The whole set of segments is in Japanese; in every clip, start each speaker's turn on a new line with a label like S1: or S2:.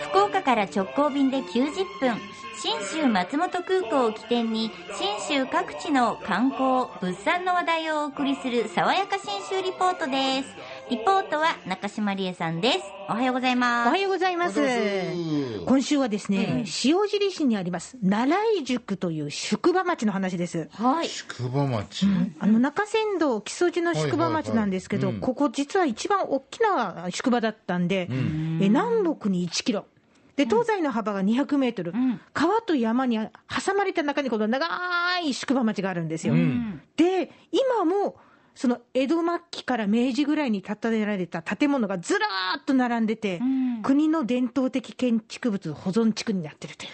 S1: 福岡から直行便で90分、信州松本空港を起点に信州各地の観光物産の話題をお送りする爽やか信州リポートです。リポートは中島理恵さんです。おはようございます。
S2: おはようございます。今週はですね、塩尻市にあります奈良井宿という宿場町の話です。
S1: はい。
S3: 宿場町、
S2: 中山道木曽路の宿場町なんですけど、ここ実は一番大きな宿場だったんで、南北に1キロで東西の幅が200メートル、川と山に挟まれた中にこの長い宿場町があるんですよ。で今もその江戸末期から明治ぐらいに建てられた建物がずらーっと並んでて、国の伝統的建築物保存地区になってるという。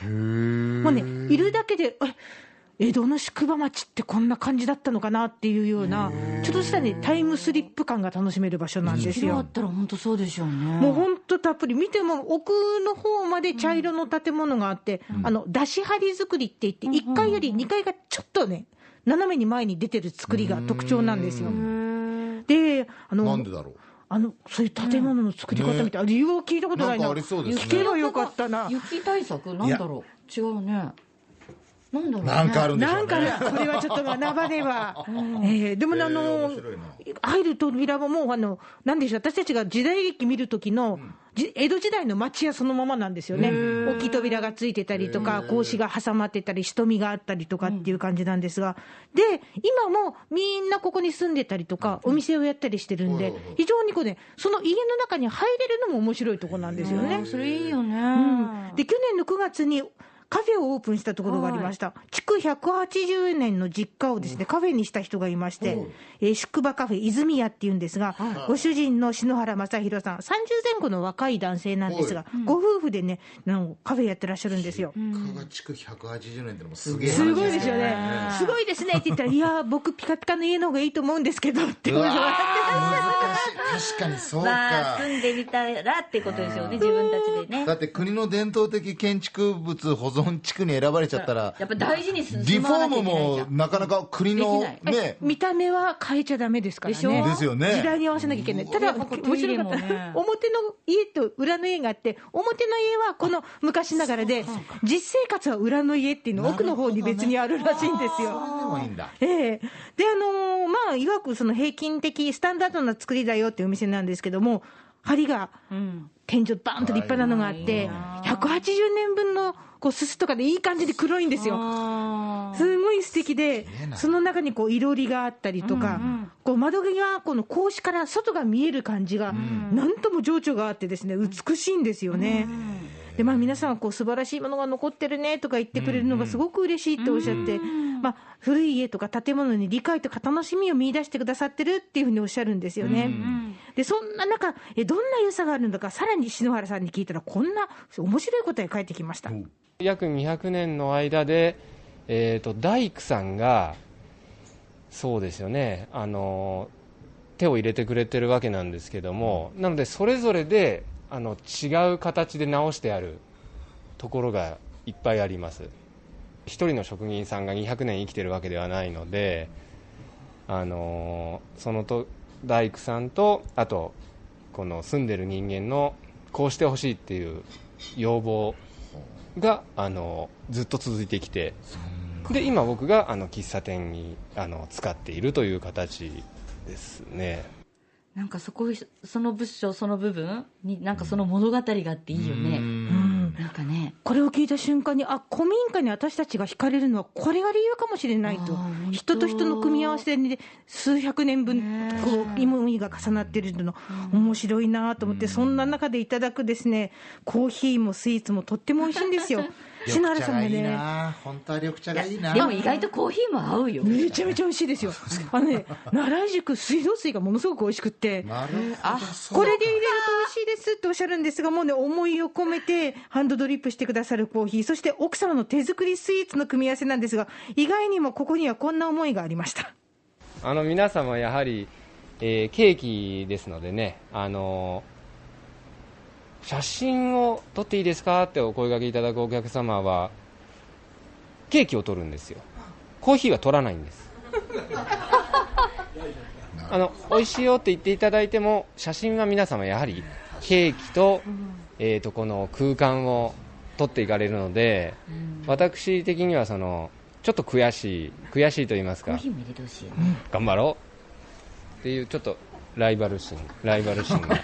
S2: もうね、いるだけで江戸の宿場町ってこんな感じだったのかなっていうような、ちょっとしたねタイムスリップ感が楽しめる場所なんですよ。
S1: あったら本当そうでしょうね。
S2: もう本当たっぷり見ても奥の方まで茶色の建物があって、出し張り作りって言って1階より2階がちょっとね斜めに前に出てる作りが特徴なんですよ。で
S3: なんでだろう、
S2: そういう建物の作り方みたいな理由を聞いたことないな。
S3: なんかありそうですね。
S2: 聞けばよかったな。
S1: 雪対策なんだろう。違うね。なんだろうね。
S3: なんかあるんでしょうね。
S2: なんかこれはちょっと学ばねば。でも入る扉ももうなんでしょう、私たちが時代劇見る時の江戸時代の町屋そのままなんですよね。大きい扉がついてたりとか格子が挟まってたり瞳があったりとかっていう感じなんですが、で今もみんなここに住んでたりとかお店をやったりしてるんで、非常にその家の中に入れるのも面白いとこなんですよね。
S1: それいいよね。
S2: で去年の9月にカフェをオープンしたところがありました。築180年の実家をですね、カフェにした人がいまして、宿場カフェ泉屋っていうんですが、ご主人の篠原正弘さん、30前後の若い男性なんですが、ご夫婦でね、カフェやってらっしゃるんですよ。
S3: 実家が築180年ってのもすげえ話
S2: すごいですよね。すごいですねって言ったら、いや僕ピカピカの家の方がいいと思うんですけどって言われて、
S3: 難しい。確かにそうか。
S1: 住んでみたらってことですよね、自分たちでね。
S3: だって国の伝統的建築物保存地区に選ばれちゃったら、
S1: やっぱ大事にする。
S3: リフォームもなかなか国のね、
S2: 見た目は変えちゃダメですからね。
S3: ですよね。
S2: 時代に合わせなきゃいけない。ただ面白かった、表の家と裏の家があって、表の家はこの昔ながらで、実生活は裏の家っていうの奥の方に別にあるらしいんですよ。でいわくその平均的スタンダードな作りだよっていうお店なんですけども、梁が天井バーンと立派なのがあって、180年分のすすとかでいい感じで黒いんですよ。すごい素敵で、その中にいろりがあったりとか、窓際この格子から外が見える感じがなんとも情緒があってですね、美しいんですよね。で皆さんは素晴らしいものが残ってるねとか言ってくれるのがすごく嬉しいっておっしゃって、古い家とか建物に理解とか楽しみを見出してくださってるっていうふうにおっしゃるんですよね。でそんな中どんな良さがあるのか、さらに篠原さんに聞いたらこんな面白い答え返ってきました。
S4: 約200年の間で、大工さんがそうですよね、手を入れてくれてるわけなんですけども、なのでそれぞれで違う形で直してあるところがいっぱいあります。一人の職人さんが200年生きてるわけではないので、その大工さんとあとこの住んでる人間のこうしてほしいっていう要望がずっと続いてきて、で今僕が喫茶店に使っているという形ですね。
S1: なんかその部署その部分になんかその物語があっていいよね。なんかね、
S2: これを聞いた瞬間に古民家に私たちが惹かれるのはこれが理由かもしれないと。人と人の組み合わせで数百年分意味が重なっているの面白いなと思って、そんな中でいただくですねコーヒーもスイーツもとっても美味しいんですよ。篠原さんがね、
S3: 本当は緑茶がいいな。
S1: でも意外とコーヒーも合うよ。
S2: めちゃめちゃ美味しいですよ。奈良井宿水道水がものすごく美味しくって、これで入れると美味しいですっておっしゃるんですが、もうね思いを込めてハンドドリップしてくださるコーヒー、そして奥様の手作りスイーツの組み合わせなんですが、意外にもここにはこんな思いがありました。
S4: 皆様やはり、ケーキですのでね、写真を撮っていいですかってお声掛けいただくお客様はケーキを撮るんですよ。コーヒーは撮らないんです。美味しいよって言っていただいても、写真は皆様やはりケーキとこの空間を取っていかれるので、私的にはちょっと悔しいと言いますか、
S1: コーヒーも入れてほしいよね。
S4: 頑張ろうっていうちょっとライバル心が
S3: なるほどね。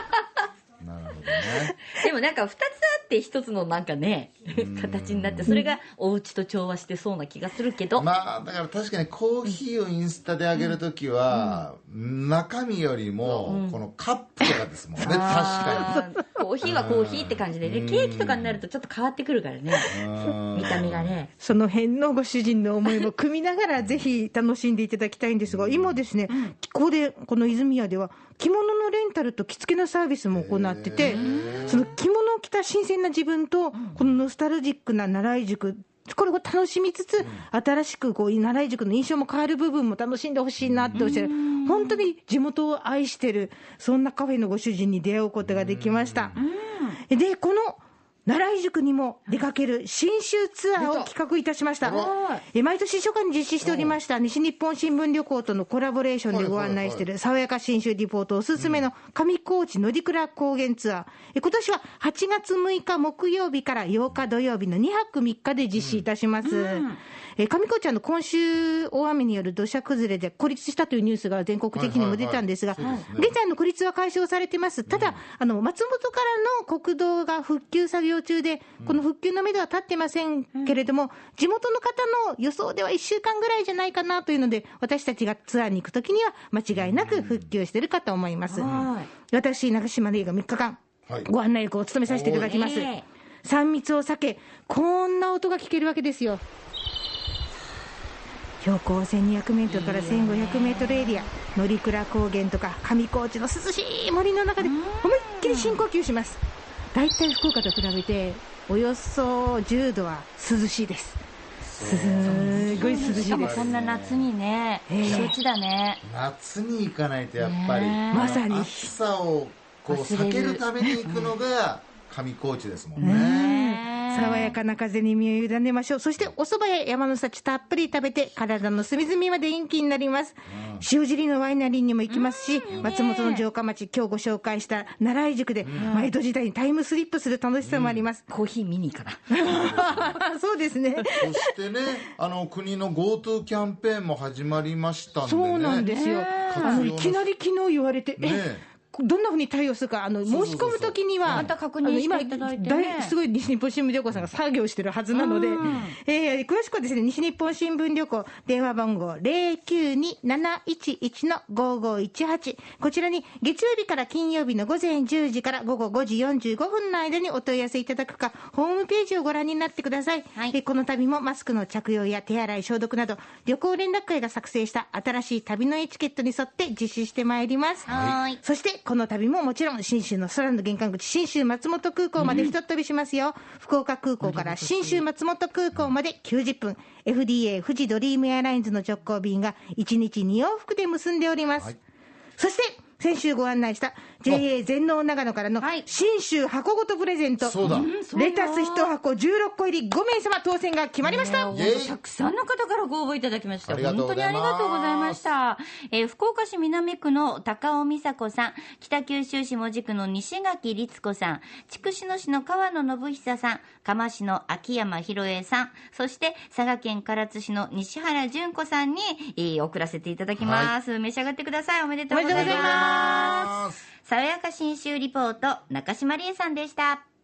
S1: でもなんか2つあって1つのなんかね形になって、それがお家と調和してそうな気がするけど、
S3: まあだから確かにコーヒーをインスタで上げるときは、中身よりもこのカップとかですもんね、確か
S1: にコーヒーはコーヒーって感じでね、ケーキとかになるとちょっと変わってくるからね、見た目がね。
S2: その辺のご主人の思いも組みながらぜひ楽しんでいただきたいんですが、今ですね、この泉屋では着物のレンタルと着付けのサービスも行ってて、その着物を着た新鮮な自分とこのノスタルジックな習い塾、これを楽しみつつ、新しく習い塾の印象も変わる部分も楽しんでほしいなっておっしゃる、本当に地元を愛してる、そんなカフェのご主人に出会うことができました。で、この習い塾にも出かける新州ツアーを企画いたしました。毎年初夏に実施しておりました西日本新聞旅行とのコラボレーションでご案内している爽やか新州リポートおすすめの上高地乗鞍高原ツアー、今年は8月6日木曜日から8日土曜日の2泊3日で実施いたします。上高地は今週大雨による土砂崩れで孤立したというニュースが全国的にも出たんですが、現在の孤立は解消されてます。ただ松本からの国道が復旧作業中で、この復旧のめどは立ってませんけれども、地元の方の予想では1週間ぐらいじゃないかなというので、私たちがツアーに行くときには間違いなく復旧しているかと思います。私中島玲が3日間ご案内役を務めさせていただきます。3密を避け、こんな音が聞けるわけですよ。標高1200メートルから1500メートルエリア、乗鞍高原とか上高地の涼しい森の中で思いっきり深呼吸します。だいたい福岡と比べておよそ10度は涼しいです。すごい涼しいです。しかも
S1: こんな夏にね、避暑地だね。
S3: 夏に行かないとやっぱり、
S2: まさに
S3: 暑さを避けるために行くのが上高地ですもんね。
S2: 爽やかな風に身を委ねましょう。そしてお蕎麦や山の幸たっぷり食べて、体の隅々まで元気になります。塩尻のワイナリーにも行きますし、松本の城下町、今日ご紹介した習い塾で、江戸時代にタイムスリップする楽しさもあります。
S1: コーヒー見に行かな
S2: そうですね。
S3: そしてね、国の GoTo キャンペーンも始まりましたんでね。
S2: そうなんですよ。いきなり昨日言われて、どんなふうに対応するか、申し込むときには、
S1: また確認していただいて、ね、
S2: すごい西日本新聞旅行さんが作業してるはずなので、詳しくはですね、西日本新聞旅行、電話番号 092-711-5518、こちらに月曜日から金曜日の午前10時から午後5時45分の間にお問い合わせいただくか、ホームページをご覧になってください。この度もマスクの着用や手洗い消毒など、旅行連絡会が作成した新しい旅のエチケットに沿って実施してまいります。そしてこの旅ももちろん信州の空の玄関口、信州松本空港までひとっ飛びしますよ。福岡空港から信州松本空港まで90分、FDA 富士ドリームエアラインズの直行便が1日2往復で結んでおります。そして先週ご案内した JA 全農長野からの信州箱ごとプレゼント、レタス1箱16個入り5名様当選が決まりました。
S1: たくさんの方からご応募いただきました。本当にありがとうございました。福岡市南区の高尾美佐子さん、北九州市門司区の西垣律子さん、筑紫野市の川野信久さん、嘉麻市の秋山博恵さん、そして佐賀県唐津市の西原純子さんに、送らせていただきます。召し上がってください。おめでとうございます。爽やか新州リポート、中島理恵さんでした。